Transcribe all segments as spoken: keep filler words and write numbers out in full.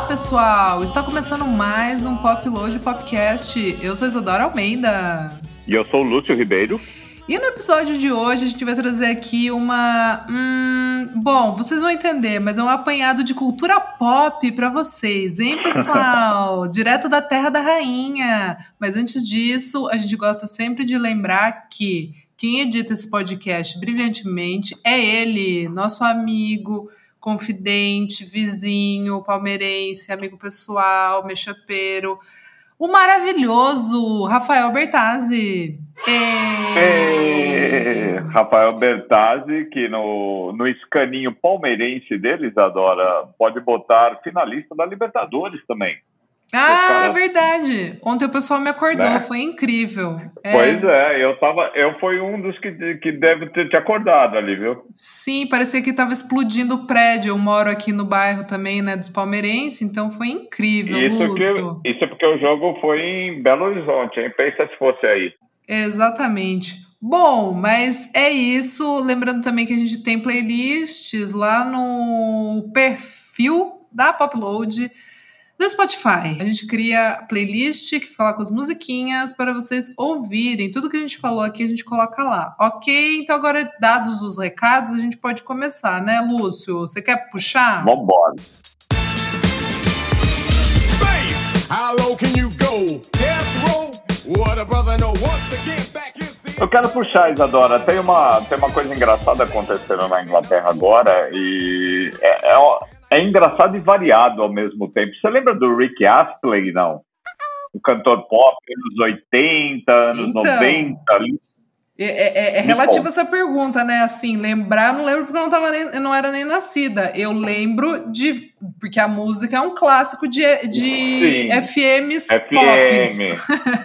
pessoal! Está começando mais um Popload Popcast. Eu sou Isadora Almeida. E eu sou o Lúcio Ribeiro. E no episódio de hoje a gente vai trazer aqui uma... Hum, bom, vocês vão entender, mas é um apanhado de cultura pop pra vocês, hein, pessoal? Direto da Terra da Rainha. Mas antes disso, a gente gosta sempre de lembrar que quem edita esse podcast brilhantemente é ele, nosso amigo, confidente, vizinho, palmeirense, amigo pessoal, mechapeiro, o maravilhoso Rafael Bertazzi. E... E... Rafael Bertazzi, que no, no escaninho palmeirense deles, adora, pode botar finalista da Libertadores também. Ah, cara... é verdade. Ontem o pessoal me acordou, né? Foi incrível. É. Pois é, eu tava, eu fui um dos que, que deve ter te acordado ali, viu? Sim, parecia que tava explodindo o prédio. Eu moro aqui no bairro também, né, dos palmeirenses, então foi incrível, isso Lúcio. Que, isso é porque o jogo foi em Belo Horizonte, hein? Pensa se fosse aí. Exatamente. Bom, mas é isso. Lembrando também que a gente tem playlists lá no perfil da Popload no Spotify. A gente cria playlist que fala com as musiquinhas para vocês ouvirem. Tudo que a gente falou aqui a gente coloca lá. Ok? Então agora, dados os recados, a gente pode começar, né, Lúcio? Você quer puxar? Vambora. How low can you go? Death row? What a brother know. Once again, back is the... Eu quero puxar, Isadora. Tem uma, tem uma coisa engraçada acontecendo na Inglaterra agora e é, é, é engraçado e variado ao mesmo tempo. Você lembra do Rick Astley, não? O cantor pop, anos oitenta, anos então, noventa. Ali. É, é, é relativa essa pergunta, né? Assim, lembrar, não lembro porque eu não, tava nem, eu não era nem nascida. Eu lembro de... Porque a música é um clássico de, de F Ms F M.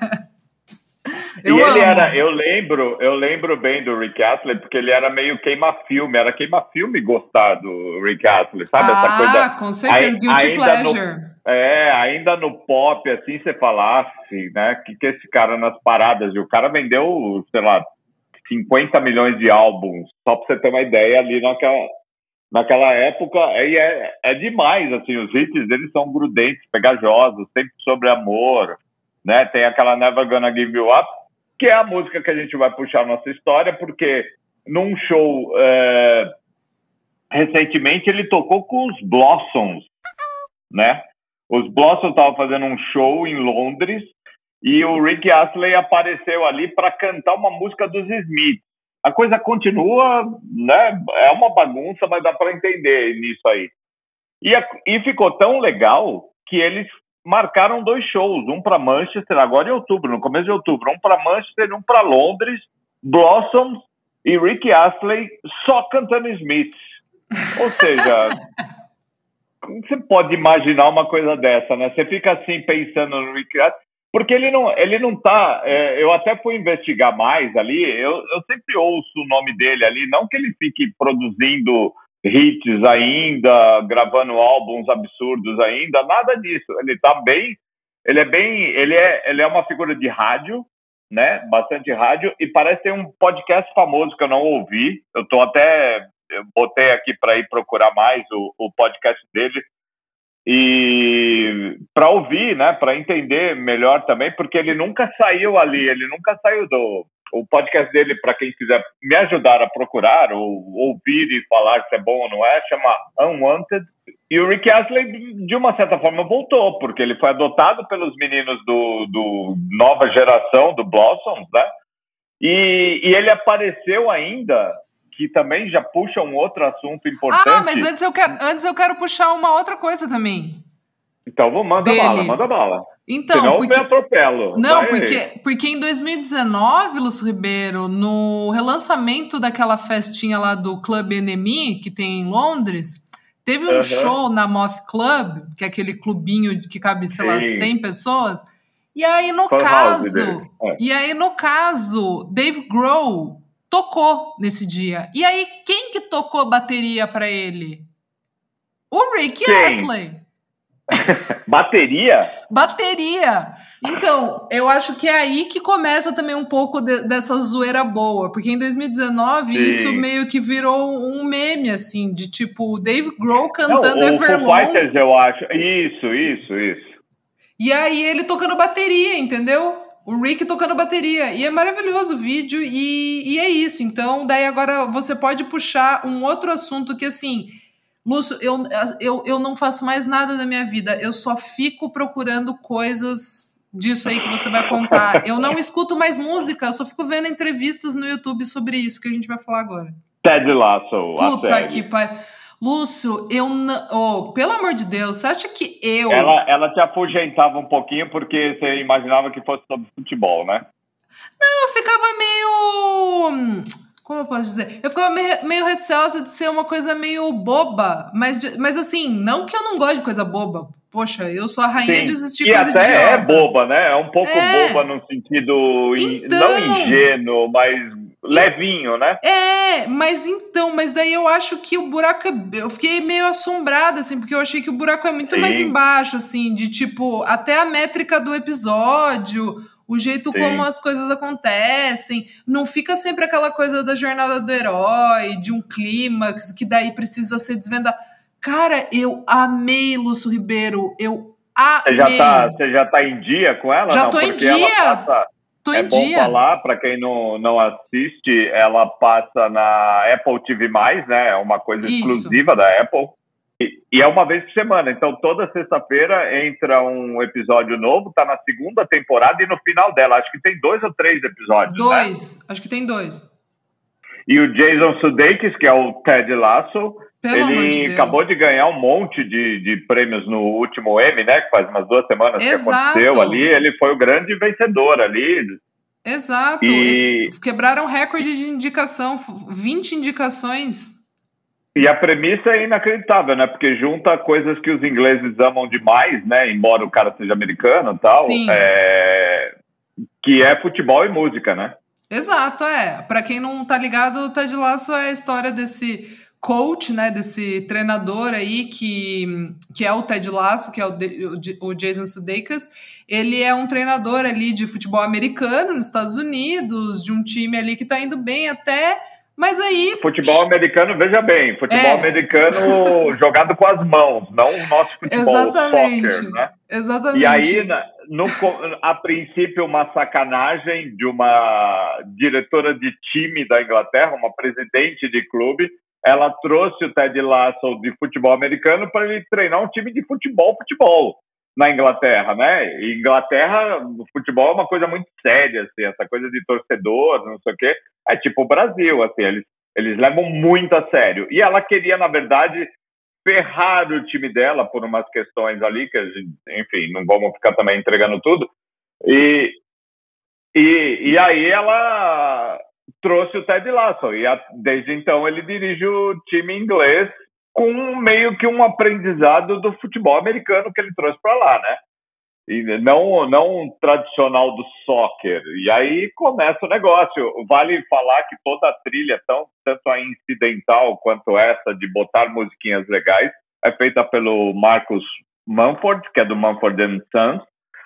eu e amo. ele era, eu lembro, eu lembro bem do Rick Astley, porque ele era meio queima-filme, era queima-filme gostar do Rick Astley, sabe? Ah, essa coisa, com certeza, aí, guilty pleasure. No, é, ainda no pop, assim, você falasse, né, que, que esse cara nas paradas, e o cara vendeu, sei lá, cinquenta milhões de álbuns, só pra você ter uma ideia ali naquela, naquela época, e é, é demais, assim, os hits deles são grudentes, pegajosos, sempre sobre amor, né, tem aquela Never Gonna Give You Up, que é a música que a gente vai puxar a nossa história, porque num show, é, recentemente, ele tocou com os Blossoms, né, os Blossoms estavam fazendo um show em Londres, e o Rick Astley apareceu ali para cantar uma música dos Smiths. A coisa continua, né? É uma bagunça, mas dá para entender nisso aí. E, a, e ficou tão legal que eles marcaram dois shows, um para Manchester, agora em outubro, no começo de outubro, um para Manchester e um para Londres, Blossoms e Rick Astley só cantando Smiths. Ou seja... Você pode imaginar uma coisa dessa, né? Você fica assim pensando no Rick Astley, porque ele não, ele não tá... É, eu até fui investigar mais ali, eu, eu sempre ouço o nome dele ali, não que ele fique produzindo hits ainda, gravando álbuns absurdos ainda, nada disso. Ele tá bem... Ele é bem... Ele é, ele é uma figura de rádio, né? Bastante rádio, e parece ter um podcast famoso que eu não ouvi. Eu tô até... Eu botei aqui para ir procurar mais o, o podcast dele e para ouvir, né, para entender melhor também, porque ele nunca saiu ali, ele nunca saiu do o podcast dele, para quem quiser me ajudar a procurar ou ouvir e falar se é bom ou não é, chama Unwanted. E o Rick Astley, de uma certa forma, voltou, porque ele foi adotado pelos meninos do, do nova geração, do Blossoms, né, e, e ele apareceu ainda... que também já puxa um outro assunto importante. Ah, mas antes eu quero, antes eu quero puxar uma outra coisa também. Então, vou, manda dele. bala, manda bala. Então, senão porque... eu me atropelo. Não, porque, porque em dois mil e dezenove, Lúcio Ribeiro, no relançamento daquela festinha lá do Club N M E, que tem em Londres, teve um uh-huh. show na Moth Club, que é aquele clubinho que cabe, sei Sim. lá, cem pessoas. E aí, no Fun caso... É. E aí, no caso, Dave Grohl tocou nesse dia. E aí, quem que tocou bateria pra ele? O Rick quem? Astley. Bateria? Bateria. Então, eu acho que é aí que começa também um pouco de, dessa zoeira boa, porque em dois mil e dezenove Sim. isso meio que virou um meme, assim, de tipo, o Dave Grohl cantando Não, o Everlong. Foo Fighters, eu acho. Isso, isso, isso. E aí ele tocando bateria, entendeu? O Rick tocando bateria. E é maravilhoso o vídeo, e, e é isso. Então, daí agora você pode puxar um outro assunto que, assim... Lúcio, eu, eu, eu não faço mais nada da minha vida. Eu só fico procurando coisas disso aí que você vai contar. Eu não escuto mais música, eu só fico vendo entrevistas no YouTube sobre isso que a gente vai falar agora. Ted Lasso. Puta que pariu. Lúcio, eu não... Oh, pelo amor de Deus, você acha que eu... Ela, ela te afugentava um pouquinho porque você imaginava que fosse sobre futebol, né? Não, eu ficava meio... Como eu posso dizer? Eu ficava meio, meio receosa de ser uma coisa meio boba. Mas, mas assim, não que eu não goste de coisa boba. Poxa, eu sou a rainha Sim. de assistir e coisa até idiota. É boba, né? É um pouco é. boba no sentido... Então, não ingênuo, mas levinho, né? É, mas então... Mas daí eu acho que o buraco... Eu fiquei meio assombrada, assim, porque eu achei que o buraco é muito Sim. mais embaixo, assim. De, tipo, até a métrica do episódio... O jeito Sim. como as coisas acontecem. Não fica sempre aquela coisa da jornada do herói, de um clímax, que daí precisa ser desvendado. Cara, eu amei Lúcio Ribeiro. Eu amei. Você já tá, você já tá em dia com ela? Já não? tô Porque em dia. Ela passa, tô é em bom dia. falar, para quem não, não assiste, ela passa na Apple T V mais, né? É uma coisa Isso. exclusiva da Apple. E, e é uma vez por semana, então toda sexta-feira entra um episódio novo, tá na segunda temporada e no final dela, acho que tem dois ou três episódios, Dois, né? acho que tem dois. E o Jason Sudeikis, que é o Ted Lasso, Pelo ele de acabou de ganhar um monte de, de prêmios no último Emmy, né, que faz umas duas semanas Exato. que aconteceu ali, ele foi o grande vencedor ali. Exato, e... quebraram recorde de indicação, vinte indicações. E a premissa é inacreditável, né? Porque junta coisas que os ingleses amam demais, né? Embora o cara seja americano e tal. Sim. É... Que é futebol e música, né? Exato, é. Pra quem não tá ligado, o Ted Lasso é a história desse coach, né? Desse treinador aí que, que é o Ted Lasso, que é o, de, o Jason Sudeikis. Ele é um treinador ali de futebol americano nos Estados Unidos, de um time ali que tá indo bem até... Mas aí... Futebol americano, veja bem, futebol é. americano jogado com as mãos, não o nosso futebol, Exatamente. o soccer, né? Exatamente. E aí, no, a princípio, uma sacanagem de uma diretora de time da Inglaterra, uma presidente de clube, ela trouxe o Ted Lasso de futebol americano para ele treinar um time de futebol, futebol. Na Inglaterra, né? E Inglaterra, o futebol é uma coisa muito séria, assim, essa coisa de torcedor, não sei o quê. É tipo o Brasil, assim, eles, eles levam muito a sério. E ela queria, na verdade, ferrar o time dela por umas questões ali, que, enfim, não vamos ficar também entregando tudo. E, e, e aí ela trouxe o Ted Lasso. E a, desde então ele dirige o time inglês, com meio que um aprendizado do futebol americano que ele trouxe para lá, né? E não, não tradicional do soccer. E aí começa o negócio. Vale falar que toda a trilha, tão, tanto a incidental quanto essa de botar musiquinhas legais, é feita pelo Marcus Mumford, que é do Mumford and Sons.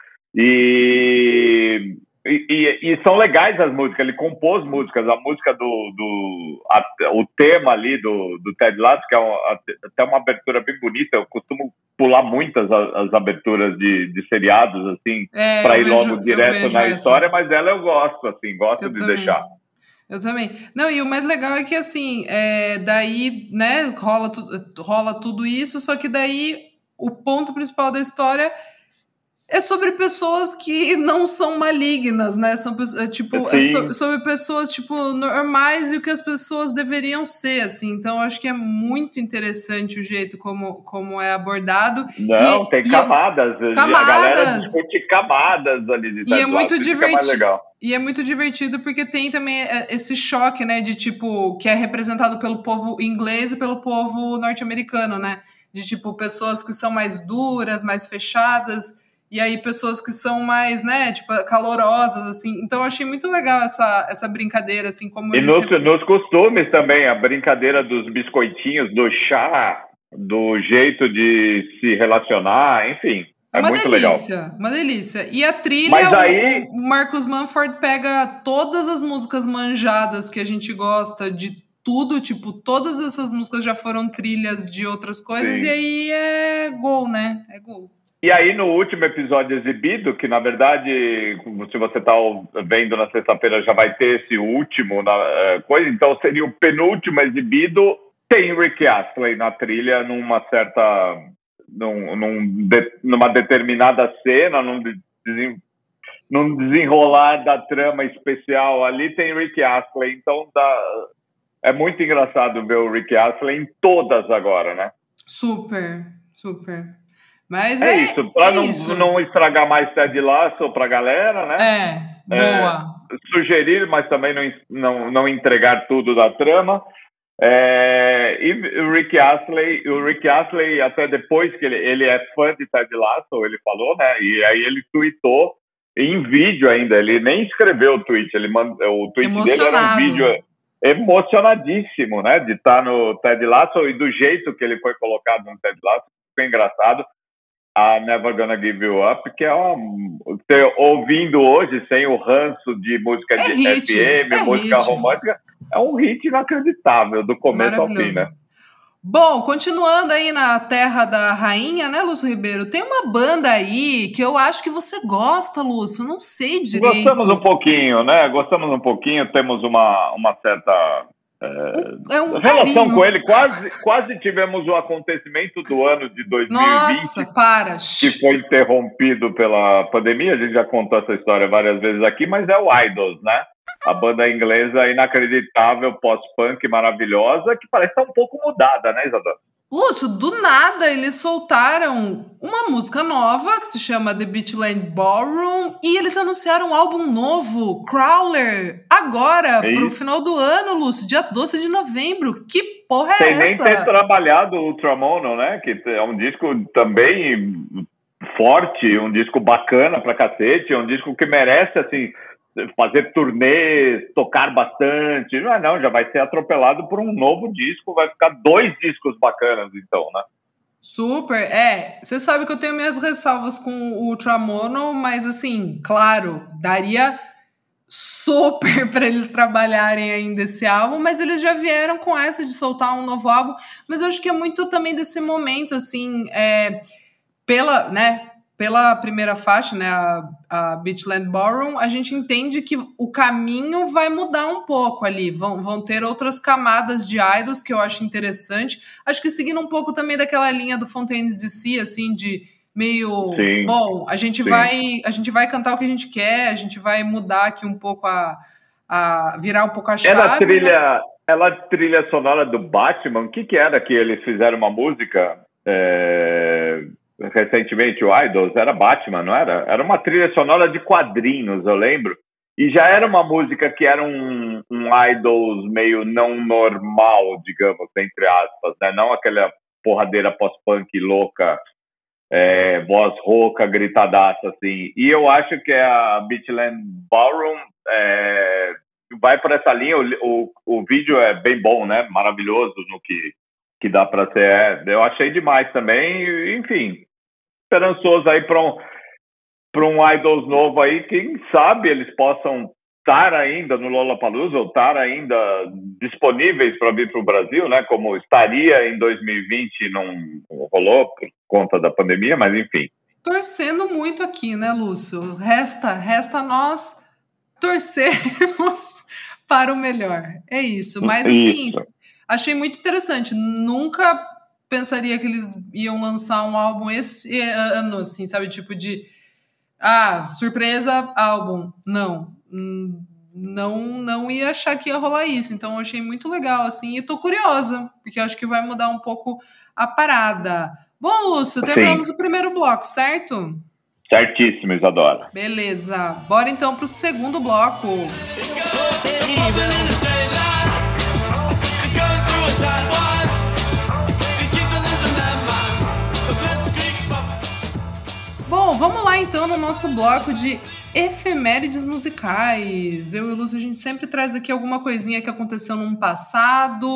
E... E, e, e são legais as músicas, ele compôs músicas, a música do, do a, o tema ali do, do Ted Lasso, que é uma, até uma abertura bem bonita. Eu costumo pular muitas as, as aberturas de, de seriados, assim, é, para ir vejo, logo direto na essa. história, mas ela eu gosto, assim, gosto eu de também. deixar. Eu também. Não, e o mais legal é que, assim, é, daí, né, rola, tu, rola tudo isso, só que daí o ponto principal da história é sobre pessoas que não são malignas, né? São é, tipo, é so, sobre pessoas tipo normais e o que as pessoas deveriam ser, assim. Então, acho que é muito interessante o jeito como, como é abordado. Não, e, tem e camadas. Eu, camadas. A galera discute camadas ali de E é muito divertido. É e é muito divertido porque tem também esse choque, né? De tipo, que é representado pelo povo inglês e pelo povo norte-americano, né? De tipo, pessoas que são mais duras, mais fechadas. E aí, pessoas que são mais, né, tipo, calorosas, assim. Então, eu achei muito legal essa, essa brincadeira, assim, como E eles... nos, nos costumes também, a brincadeira dos biscoitinhos, do chá, do jeito de se relacionar, enfim. É uma muito delícia, legal. Uma delícia. E a trilha, Mas aí... o Marcus Mumford pega todas as músicas manjadas que a gente gosta de tudo, tipo, todas essas músicas já foram trilhas de outras coisas, Sim. E aí é gol, né? É gol. E aí, no último episódio exibido, que na verdade, se você está vendo na sexta-feira, já vai ter esse último na, uh, coisa, então seria o penúltimo exibido, tem Rick Astley na trilha numa certa, num, num de, numa determinada cena, num, desen, num desenrolar da trama especial ali, tem Rick Astley, então dá, é muito engraçado ver o Rick Astley em todas agora, né? Super, super. Mas é, é isso, para é não, isso. não estragar mais Ted Lasso para a galera, né? É, boa. É, sugerir, mas também não, não, não entregar tudo da trama. É, e o Rick Astley, o Rick Astley, até depois que ele, ele é fã de Ted Lasso, ele falou, né? E aí ele tweetou em vídeo ainda, ele nem escreveu o tweet, ele manda, o tweet dele era um vídeo emocionadíssimo, né? De estar no Ted Lasso e do jeito que ele foi colocado no Ted Lasso, foi engraçado. A Never Gonna Give You Up, que é um, ter, ouvindo hoje, sem o ranço de música é de hit, F M, é música hit. romântica, é um hit inacreditável, do começo ao fim, né? Bom, continuando aí na Terra da Rainha, né, Lúcio Ribeiro? Tem uma banda aí que eu acho que você gosta, Lúcio, não sei direito. Gostamos um pouquinho, né? Gostamos um pouquinho, temos uma, uma certa... É, é um relação carinho. Com ele, quase, quase tivemos o acontecimento do ano de dois mil e vinte. Nossa, para! Que foi interrompido pela pandemia, a gente já contou essa história várias vezes aqui, mas é o Idols, né? A banda inglesa inacreditável, pós-punk, maravilhosa, que parece estar um pouco mudada, né, Isadora? Lúcio, do nada eles soltaram uma música nova que se chama The Beachland Ballroom e eles anunciaram um álbum novo, Crawler, agora, é pro final do ano, Lúcio, dia doze de novembro. Que porra é Sem essa? nem ter trabalhado o Ultramono, né? Que é um disco também forte, um disco bacana pra cacete, é um disco que merece, assim, fazer turnês, tocar bastante. Não é não, já vai ser atropelado por um novo disco, vai ficar dois discos bacanas, então, né? Super, é. Você sabe que eu tenho minhas ressalvas com o Ultramono, mas assim, claro, daria super para eles trabalharem ainda esse álbum, mas eles já vieram com essa de soltar um novo álbum, mas eu acho que é muito também desse momento, assim, é, pela, né, pela primeira faixa, né, a, a Beachland Ballroom, a gente entende que o caminho vai mudar um pouco ali, vão, vão ter outras camadas de idols que eu acho interessante, acho que seguindo um pouco também daquela linha do Fontaines D C, assim, de meio, sim, bom, a gente, vai, a gente vai cantar o que a gente quer, a gente vai mudar aqui um pouco a, a virar um pouco a chave. Era a trilha, né? Ela trilha sonora do Batman, o que que era que eles fizeram uma música... É... recentemente, o Idols, era Batman, não era? Era uma trilha sonora de quadrinhos, eu lembro. E já era uma música que era um, um Idols meio não normal, digamos, entre aspas, né? Não aquela porradeira pós-punk louca, é, voz rouca, gritadaça, assim. E eu acho que a Beachland Ballroom é, vai por essa linha. O, o, o vídeo é bem bom, né? Maravilhoso no que, que dá para ser. Eu achei demais também, enfim... esperançoso aí para um, para um Idols novo aí, quem sabe eles possam estar ainda no Lollapalooza ou estar ainda disponíveis para vir para o Brasil, né? Como estaria em dois mil e vinte, não rolou por conta da pandemia, mas enfim. Torcendo muito aqui, né, Lúcio? Resta, resta nós torcermos para o melhor. É isso. Mas assim, isso. Achei muito interessante. Nunca pensaria que eles iam lançar um álbum esse ano, assim, sabe? Tipo de... Ah, surpresa, álbum. Não. Não, não ia achar que ia rolar isso. Então, eu achei muito legal, assim. E tô curiosa, porque acho que vai mudar um pouco a parada. Bom, Lúcio, terminamos Sim. o primeiro bloco, certo? Certíssimo, Isadora. Beleza. Bora, então, pro segundo bloco. Bom, vamos lá então no nosso bloco de efemérides musicais. Eu e o Lúcio, a gente sempre traz aqui alguma coisinha que aconteceu num passado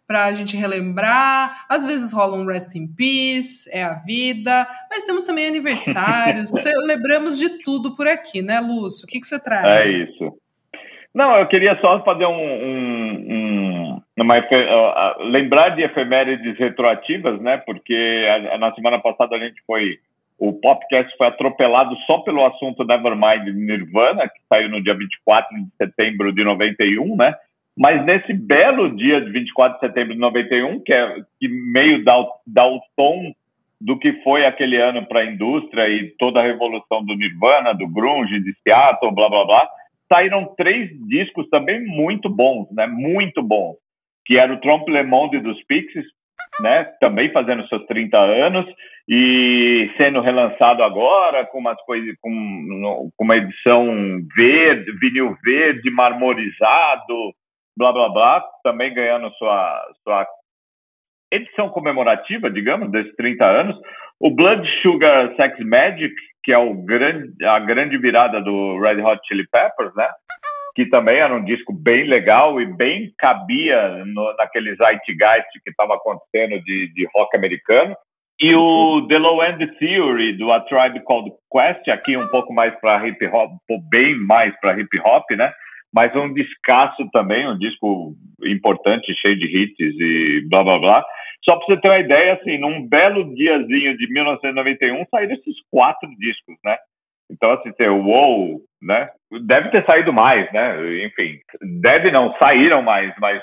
pra gente relembrar. Às vezes rola um Rest in Peace, é a vida, mas temos também aniversários, celebramos de tudo por aqui, né, Lúcio? O que, que você traz? É isso. Não, eu queria só fazer um... um, um uma, uh, lembrar de efemérides retroativas, né? Porque a, a, na semana passada a gente foi... O podcast foi atropelado só pelo assunto Nevermind de Nirvana, que saiu no dia vinte e quatro de setembro de noventa e um, né? Mas nesse belo dia de vinte e quatro de setembro de noventa e um, que, é, que meio dá, dá o tom do que foi aquele ano para a indústria e toda a revolução do Nirvana, do grunge, de Seattle, blá, blá, blá, saíram três discos também muito bons, né? Muito bons. Que era o Trompe Le Monde dos Pixies, né? Também fazendo seus trinta anos e sendo relançado agora com umas coisas, com, com uma edição verde, vinil verde, marmorizado, blá, blá, blá, também ganhando sua, sua edição comemorativa, digamos, desses trinta anos. O Blood Sugar Sex Magic, que é o grande, a grande virada do Red Hot Chili Peppers, né? Que também era um disco bem legal e bem cabia no, naquele zeitgeist que estava acontecendo de, de rock americano. E o The Low End Theory, do A Tribe Called Quest, aqui um pouco mais para hip hop, bem mais para hip hop, né? Mas um discaço também, um disco importante, cheio de hits e blá, blá, blá. Só para você ter uma ideia, assim, num belo diazinho de mil novecentos e noventa e um, saíram esses quatro discos, né? Então, assim, ter o WoW, né? Deve ter saído mais, né? Enfim, deve não, saíram mais, mas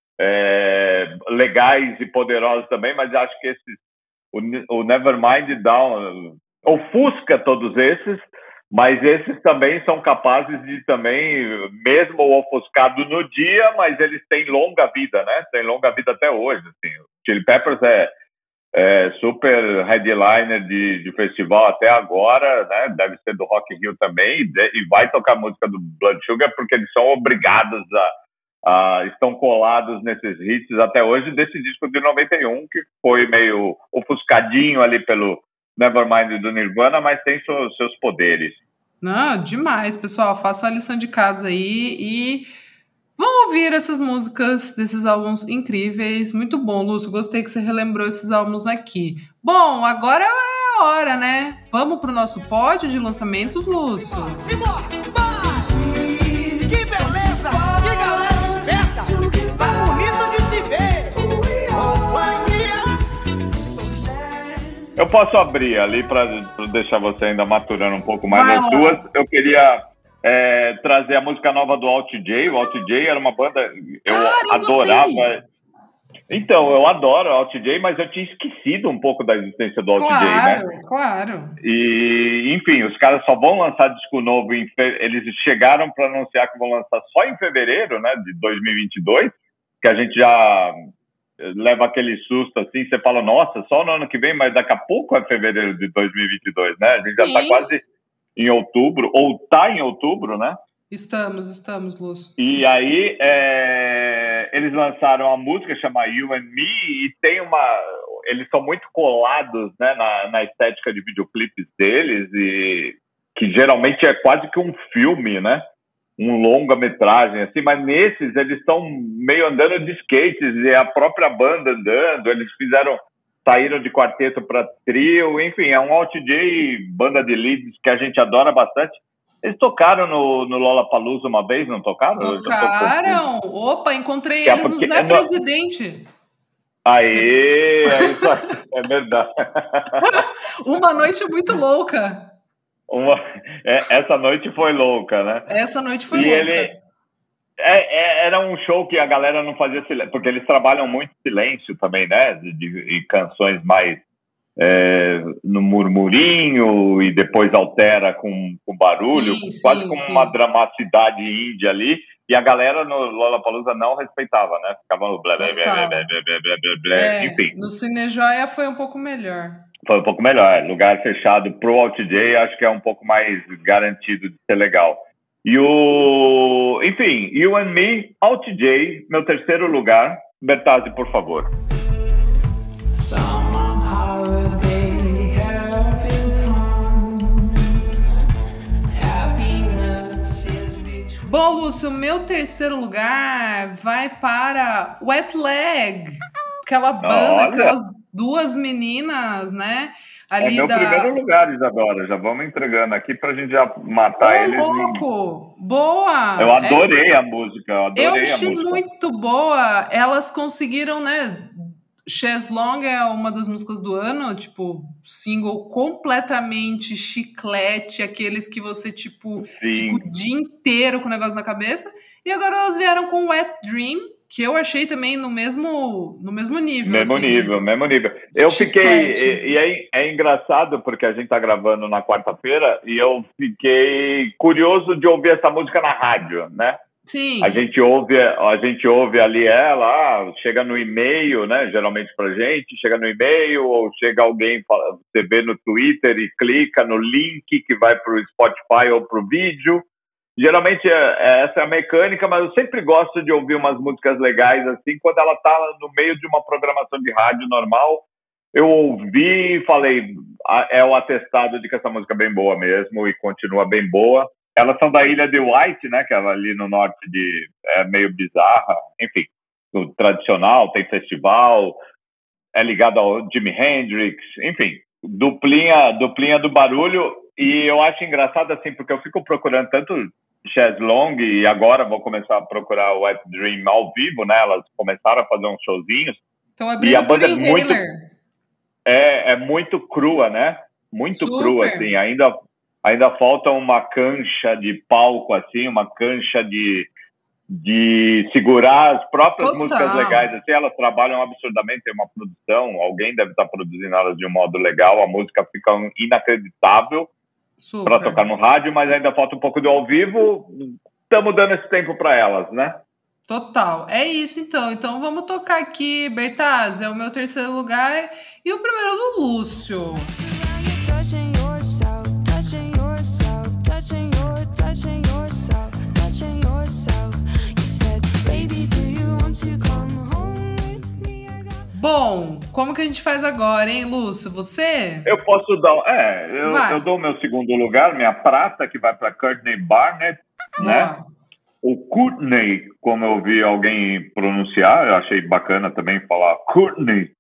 é, legais e poderosos também, mas acho que esses, o, o Nevermind Down ofusca todos esses, mas esses também são capazes de também, mesmo ofuscado no dia, mas eles têm longa vida, né? Tem longa vida até hoje, assim. O Chili Peppers é É, super headliner de, de festival até agora, né? Deve ser do Rock in Rio também, e, e vai tocar música do Blood Sugar porque eles são obrigados a, a estão colados nesses hits até hoje desse disco de noventa e um, que foi meio ofuscadinho ali pelo Nevermind do Nirvana, mas tem seus, seus poderes. Não, demais, pessoal, faça a lição de casa aí e vamos ouvir essas músicas desses álbuns incríveis. Muito bom, Lúcio. Gostei que você relembrou esses álbuns aqui. Bom, agora é a hora, né? Vamos pro nosso pódio de lançamentos, Lúcio. Simbora! Que beleza! Que galera esperta! Tá bonito de se ver! Eu posso abrir ali para deixar você ainda maturando um pouco mais Vai as lá. duas. Eu queria... É, trazer a música nova do Alt J. O Alt J era uma banda eu Cara, eu adorava. gostei. Então, eu adoro o Alt J, mas eu tinha esquecido um pouco da existência do Alt J, Claro, né? claro. E, enfim, os caras só vão lançar disco novo em fe... eles chegaram para anunciar que vão lançar só em fevereiro, né, de dois mil e vinte e dois, que a gente já leva aquele susto assim, você fala, nossa, só no ano que vem, mas daqui a pouco é fevereiro de dois mil e vinte e dois, né? A gente Sim. já tá quase em outubro, ou tá em outubro, né? Estamos, estamos, Lúcio. E aí, é, eles lançaram uma música chamada You and Me, e tem uma... Eles são muito colados, né, na, na estética de videoclipes deles, e que geralmente é quase que um filme, né? Um longa-metragem, assim, mas nesses eles estão meio andando de skates, e a própria banda andando, eles fizeram... Saíram de quarteto para trio, enfim, é um Alt J, banda de leads que a gente adora bastante. Eles tocaram no, no Lollapalooza uma vez, não tocaram? Tocaram! Opa, encontrei Que é eles no porque- Zé é no- Presidente. Aê, é isso aí, é verdade. Uma noite muito louca. Uma- é, essa noite foi louca, né? Essa noite foi E louca. ele- É, é, era um show que a galera não fazia silêncio, porque eles trabalham muito silêncio também, né? De, de- de canções mais é, no murmurinho e depois altera com, com barulho, Sim, quase sim, com sim. uma dramaticidade índia ali. E a galera no Lollapalooza não respeitava, né? Ficava no blá, blá, blá, blá, blá, blá, blá, blá, blá. É, Enfim, no Cinejoia foi um pouco melhor. foi um pouco melhor. Lugar fechado pro Alt J, acho que é um pouco mais garantido de ser legal. E o... Enfim, You and Me, Alt J, meu terceiro lugar. Bertazzi, por favor. Summer holiday, having fun. Happiness is between. Bom, Lúcio, meu terceiro lugar vai para Wet Leg, aquela banda, Olha, aquelas duas meninas, né? é Ali meu da. primeiro lugar, Isadora. Já vamos entregando aqui pra gente já matar Ô, eles. em- louco! Boa! Eu É, adorei a música, eu eu adorei a achei música. muito boa. Elas conseguiram, né? Chess Long é uma das músicas do ano, tipo, single completamente chiclete, aqueles que você, tipo, fica o Sim, dia inteiro com o negócio na cabeça. E agora elas vieram com Wet Dream, que eu achei também no mesmo, no mesmo nível, mesmo assim, de nível, mesmo nível. Eu fiquei, chiclete. e, e é, é engraçado porque a gente tá gravando na quarta-feira e eu fiquei curioso de ouvir essa música na rádio, né? A Sim, gente ouve, a gente ouve ali ela, ah, chega no e-mail, né? Geralmente pra gente, chega no e-mail ou chega alguém, fala- você vê no Twitter e clica no link que vai pro Spotify ou pro vídeo. Geralmente é, é- essa é a mecânica, mas eu sempre gosto de ouvir umas músicas legais assim, quando ela tá no meio de uma programação de rádio normal. Eu ouvi e falei, ah, é o atestado de que essa música é bem boa mesmo e continua bem boa. Elas são da ilha de White, né? Que é ali no norte de... É meio bizarra. Enfim, o tradicional, tem festival, é ligado ao Jimi Hendrix, enfim, duplinha, duplinha do barulho. E eu acho engraçado assim, porque eu fico procurando tanto Chess Long e agora vou começar a procurar o Wet Dream ao vivo, né? Elas começaram a fazer uns showzinhos então é e a briga por banda é muito, Inhaler. é, é muito crua, né? Muito crua, Super. assim. Ainda, ainda falta uma cancha de palco, assim, uma cancha de, de segurar as próprias músicas legais. Total. Assim, elas trabalham absurdamente, tem uma produção, alguém deve estar produzindo elas de um modo legal, a música fica inacreditável para Super. tocar no rádio, mas ainda falta um pouco do ao vivo. Estamos dando esse tempo para elas, né? Total. É isso, então. Então vamos tocar aqui, Bertaz, é o meu terceiro lugar e o primeiro do Lúcio. Touching yourself, touching yourself, touching your, touching yourself, touching yourself. You said, baby, do you want to come home with me? I got Bom, como que a gente faz agora, hein, Lúcio? Você? Eu posso dar. É, eu, Vai. eu dou o meu segundo lugar, minha prata, que vai para Courtney Barnett, né? Boa. O Courtney, como eu ouvi alguém pronunciar, eu achei bacana também falar Courtney.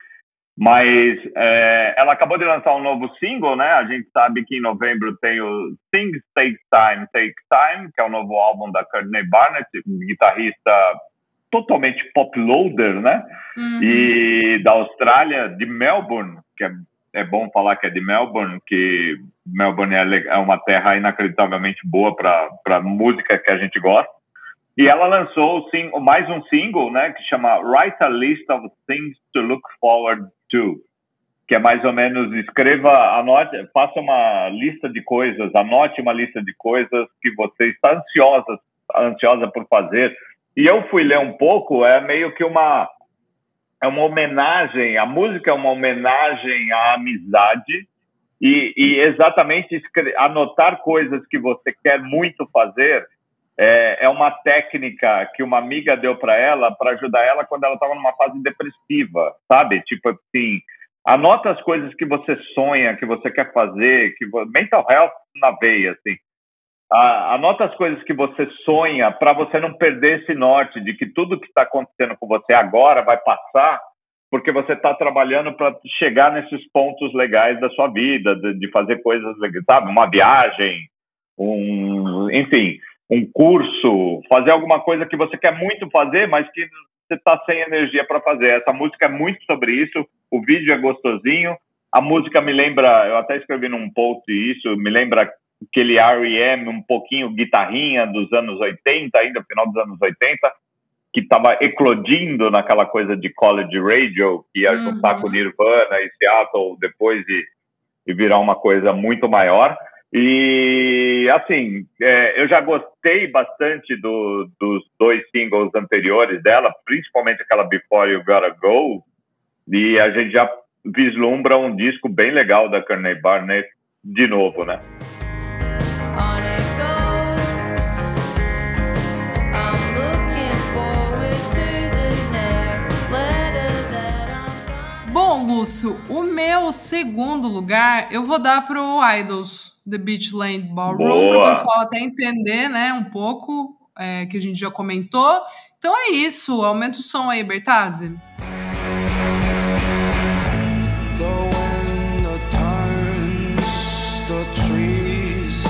Mas é, ela acabou de lançar um novo single, né? A gente sabe que em novembro tem o Things Take Time, Take Time, que é o novo álbum da Courtney Barnett, guitarrista totalmente pop loader, né? Uhum. E da Austrália, de Melbourne, que é, é bom falar que é de Melbourne, que Melbourne é, le- é uma terra inacreditavelmente boa para música que a gente gosta. E ela lançou o sing- mais um single, né, que chama Write a List of Things to Look Forward to, que é mais ou menos, escreva, anote, faça uma lista de coisas, anote uma lista de coisas que você está ansiosa, ansiosa por fazer. E eu fui ler um pouco, é meio que uma, é uma homenagem, a música é uma homenagem à amizade e, e exatamente escre- anotar coisas que você quer muito fazer é, é uma técnica que uma amiga deu para ela, para ajudar ela quando ela estava numa fase depressiva, sabe? Tipo assim, anota as coisas que você sonha, que você quer fazer, que vo- mental health na veia, assim. Ah, anota as coisas que você sonha para você não perder esse norte de que tudo que está acontecendo com você agora vai passar porque você está trabalhando para chegar nesses pontos legais da sua vida, de, de fazer coisas legais, sabe? Uma viagem, um, enfim, um curso, fazer alguma coisa que você quer muito fazer, mas que você está sem energia para fazer. Essa música é muito sobre isso, o vídeo é gostosinho, a música me lembra, eu até escrevi num post isso, me lembra aquele R E M, um pouquinho guitarrinha dos anos oitenta, ainda no final dos anos oitenta, que estava eclodindo naquela coisa de college radio, que ia juntar Uhum. com Nirvana e Seattle depois e, e virar uma coisa muito maior. E, assim, é, eu já gostei bastante do, dos dois singles anteriores dela, principalmente aquela Before You Gotta Go, e a gente já vislumbra um disco bem legal da Courtney Barnett de novo, né? on it goes. I'm looking forward to the next letter that I'm gonna. Bom, Lúcio, o meu segundo lugar eu vou dar pro Idols, The Beachland Ballroom, para o Boa! pessoal até entender, né, um pouco é, que a gente já comentou. Então é isso, aumenta o som aí, Bertazzi. The wind turns the trees.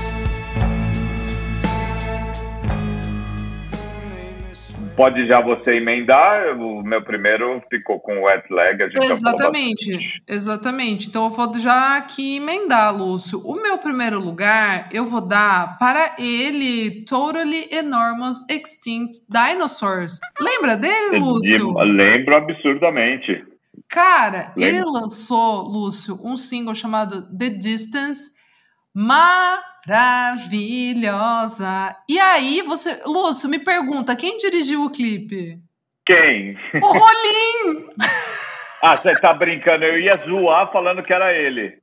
Pode já você emendar, o meu primeiro ficou com o Wet Leg. A gente já falou Exatamente, exatamente. Então eu vou já aqui emendar, Lúcio. O meu primeiro lugar eu vou dar para ele, Totally Enormous Extinct Dinosaurs. Lembra dele, Lúcio? De- lembro absurdamente. Cara, Lembro. ele lançou, Lúcio, um single chamado The Distance, maravilhosa. E aí, você, Lúcio, me pergunta, quem dirigiu o clipe? Quem? O Rolim! Ah, você tá brincando. Eu ia zoar falando que era ele.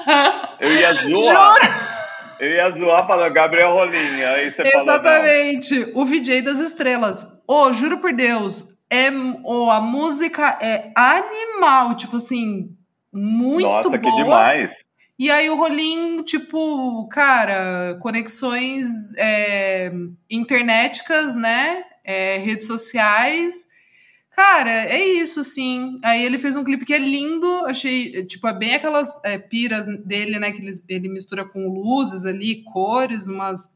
Eu ia zoar. Juro? Eu ia zoar falando Gabriel Rolim. Aí você falou, não. Exatamente, o V J das estrelas. Ô, juro por Deus, é, ô, a música é animal, tipo assim, muito Nossa, boa. que demais. E aí o Rolim, tipo, cara, conexões é, internéticas, né? É, redes sociais. Cara, é isso, assim. Aí ele fez um clipe que é lindo, achei, tipo, é bem aquelas é, piras dele, né? Que ele, ele mistura com luzes ali, cores, umas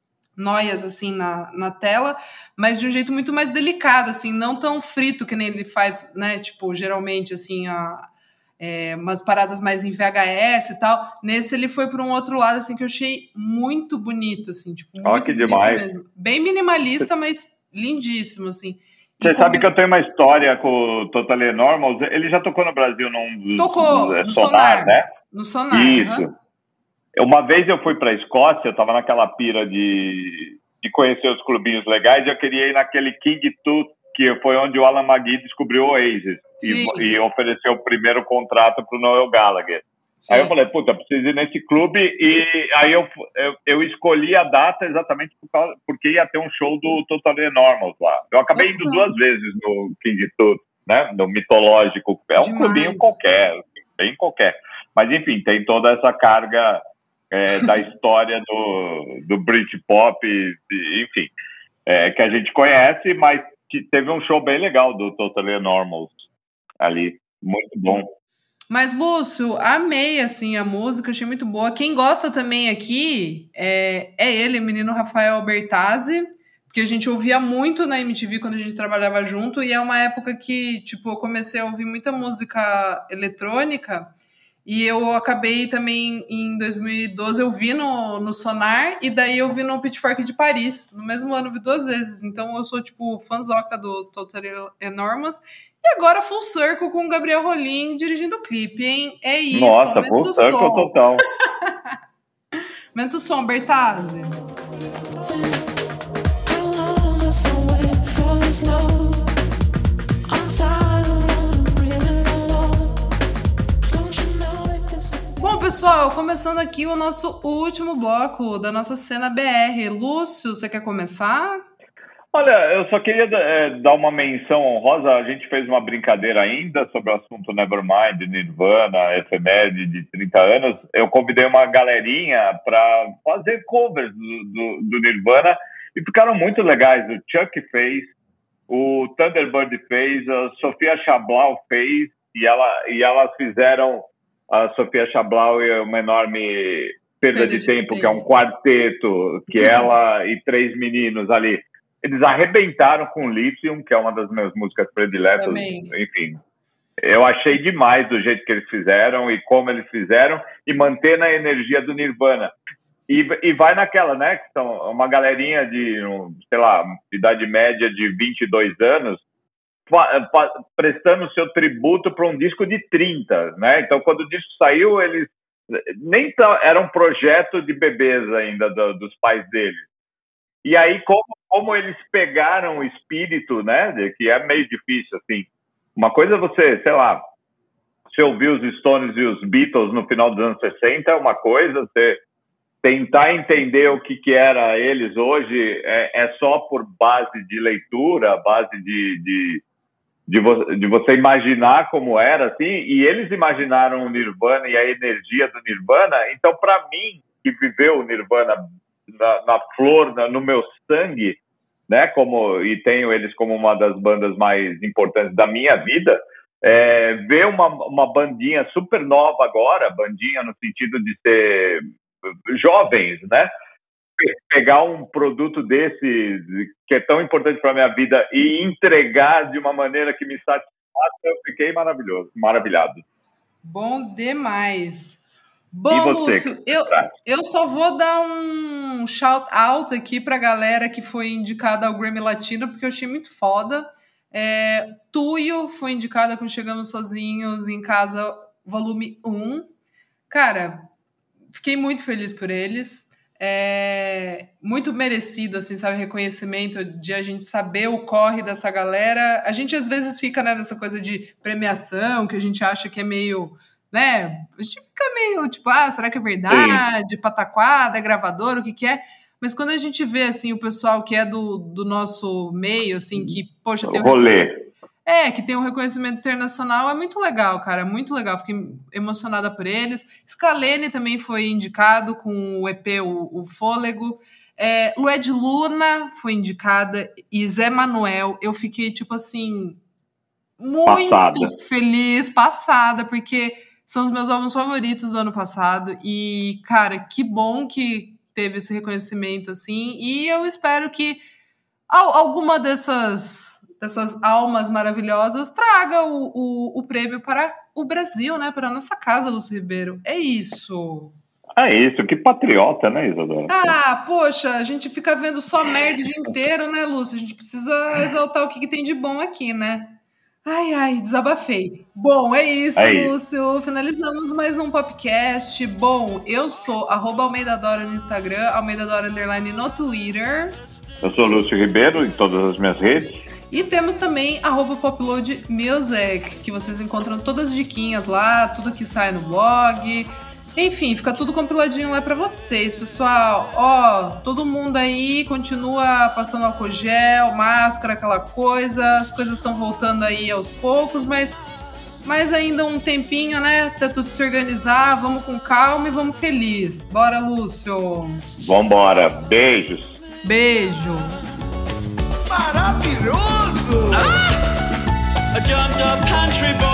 noias, assim, na, na tela, mas de um jeito muito mais delicado, assim, não tão frito que nem ele faz, né? Tipo, geralmente, assim, a... É, umas paradas mais em V H S e tal. Nesse ele foi para um outro lado, assim, que eu achei muito bonito, assim, tipo, muito Ó, que bonito demais. mesmo. Bem minimalista, mas lindíssimo, assim. E Você sabe combina- que eu tenho uma história com o Totally Enormous. Ele já tocou no Brasil num dos, Tocou dos, é, no Sonar, Sonar. né? No Sonar. Isso. aham. Uma vez eu fui para a Escócia, eu tava naquela pira de, de conhecer os clubinhos legais, e eu queria ir naquele King Tut, que foi onde o Alan McGee descobriu o Oasis Sim. e, e ofereceu o primeiro contrato para o Noel Gallagher. Sim. Aí eu falei, puta, preciso ir nesse clube, e aí eu, eu, eu escolhi a data exatamente por causa, porque ia ter um show do Totally Enormous lá. Eu acabei indo Legal. duas vezes no King Tut, né, no mitológico, é um Demais. clubinho qualquer, bem qualquer. Mas enfim, tem toda essa carga é, da história do, do Britpop, e- e, enfim, é, que a gente conhece, mas que teve um show bem legal do Totally Enormous ali, muito bom. Mas, Lúcio, amei, assim, a música, achei muito boa. Quem gosta também aqui é, é ele, o menino Rafael Bertazzi, porque a gente ouvia muito na M T V quando a gente trabalhava junto, e é uma época que, tipo, eu comecei a ouvir muita música eletrônica, e eu acabei também, em dois mil e doze, eu vi no, no Sonar, e daí eu vi no Pitchfork de Paris. No mesmo ano, eu vi duas vezes. Então, eu sou, tipo, fãzoca do Totally Enormous. E agora, full circle com o Gabriel Rolim dirigindo o clipe, hein? É isso, Nossa, aumenta full o circle som. total. Aumenta o som, Bertazzi. How long is I wait for this love? I'm tired of breathing alone. Don't you know it gets Bom, pessoal, começando aqui o nosso último bloco da nossa cena B R. Lúcio, você quer começar? Olha, eu só queria é, dar uma menção honrosa. A gente fez uma brincadeira ainda sobre o assunto Nevermind, Nirvana, efeméride de trinta anos. Eu convidei uma galerinha para fazer covers do, do, do Nirvana e ficaram muito legais. O Chuck fez, o Thunderbird fez, a Sofia Chablau fez, e, ela, e elas fizeram, a Sofia Chablau é uma enorme perda, Perda de, de tempo, tempo. que é um quarteto, que ela e três meninos ali. Eles arrebentaram com Lithium, que é uma das minhas músicas prediletas. Também. Enfim, eu achei demais do jeito que eles fizeram e como eles fizeram, e mantendo a energia do Nirvana. E, e vai naquela, né, que são uma galerinha de, um, sei lá, idade média de vinte e dois anos, pa- pa- prestando seu tributo para um disco de trinta, né? Então, quando o disco saiu, eles nem tão- era um projeto de bebês ainda do- dos pais deles. E aí, como, como eles pegaram o espírito, né, de- que é meio difícil, assim. Uma coisa é você, sei lá, você ouvir os Stones e os Beatles no final dos anos sessenta, é uma coisa, você tentar entender o que, que era eles hoje é, é só por base de leitura, base de, de, de, vo, de você imaginar como era, assim, e eles imaginaram o Nirvana e a energia do Nirvana. Então, para mim, que viveu o Nirvana na, na flor, na, no meu sangue, né? Como, e tenho eles como uma das bandas mais importantes da minha vida. É, ver uma, uma bandinha super nova agora, bandinha no sentido de ser jovens, né? Pegar um produto desse, que é tão importante para a minha vida, e entregar de uma maneira que me satisfaz, eu fiquei maravilhoso, maravilhado. Bom demais. E Bom, você, Lúcio, que eu, traz? eu só vou dar um shout out aqui pra galera que foi indicada ao Grammy Latino, porque eu achei muito foda. É, Tuyo foi indicada com Chegamos Sozinhos em Casa, volume um. Cara, fiquei muito feliz por eles. É muito merecido, assim, sabe, reconhecimento de a gente saber o corre dessa galera. A gente às vezes fica, né, nessa coisa de premiação, que a gente acha que é meio, né, a gente fica meio tipo, ah, será que é verdade? Pataquada, é gravador, o que que é? Mas quando a gente vê, assim, o pessoal que é do, do nosso meio, assim, que, poxa, tem um Rolê. É, que tem um reconhecimento internacional, é muito legal, cara, é muito legal, fiquei emocionada por eles. Scalene também foi indicado com o E P O, o Fôlego. É, Lued Luna foi indicada e Zé Manuel, eu fiquei, tipo assim, muito Passada. feliz, passada, porque são os meus álbuns favoritos do ano passado e, cara, que bom que teve esse reconhecimento, assim, e eu espero que al- alguma dessas... dessas almas maravilhosas, traga o, o, o prêmio para o Brasil, né? Para a nossa casa, Lúcio Ribeiro. É isso. É isso, que patriota, né, Isadora? Ah, poxa, a gente fica vendo só merda o dia inteiro, né, Lúcio? A gente precisa exaltar o que, que tem de bom aqui, né? Ai, ai, desabafei. Bom, é isso, É isso. Lúcio. Finalizamos mais um podcast. Bom, eu sou arroba Almeida Dora no Instagram, Almeida Dora Underline no Twitter. Eu sou Lúcio Ribeiro, em todas as minhas redes. E temos também arroba Popload Music, que vocês encontram todas as diquinhas lá, tudo que sai no blog. Enfim, fica tudo compiladinho lá pra vocês, pessoal. Ó, todo mundo aí continua passando álcool gel, máscara, aquela coisa. As coisas estão voltando aí aos poucos, mas, mas ainda um tempinho, né? Até tudo se organizar. Vamos com calma e vamos feliz. Bora, Lúcio. Vambora, beijos. Beijo. Maravilhoso! A jumped up country boy.